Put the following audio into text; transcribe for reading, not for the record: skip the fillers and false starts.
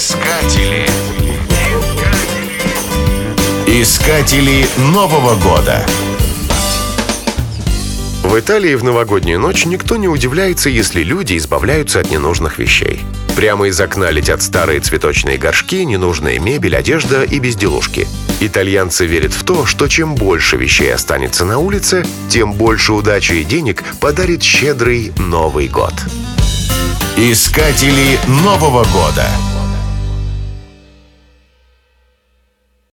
Искатели Нового года. В Италии в новогоднюю ночь никто не удивляется, если люди избавляются от ненужных вещей. Прямо из окна летят старые цветочные горшки, ненужная мебель, одежда и безделушки. Итальянцы верят в то, что чем больше вещей останется на улице, тем больше удачи и денег подарит щедрый Новый год. Искатели Нового года.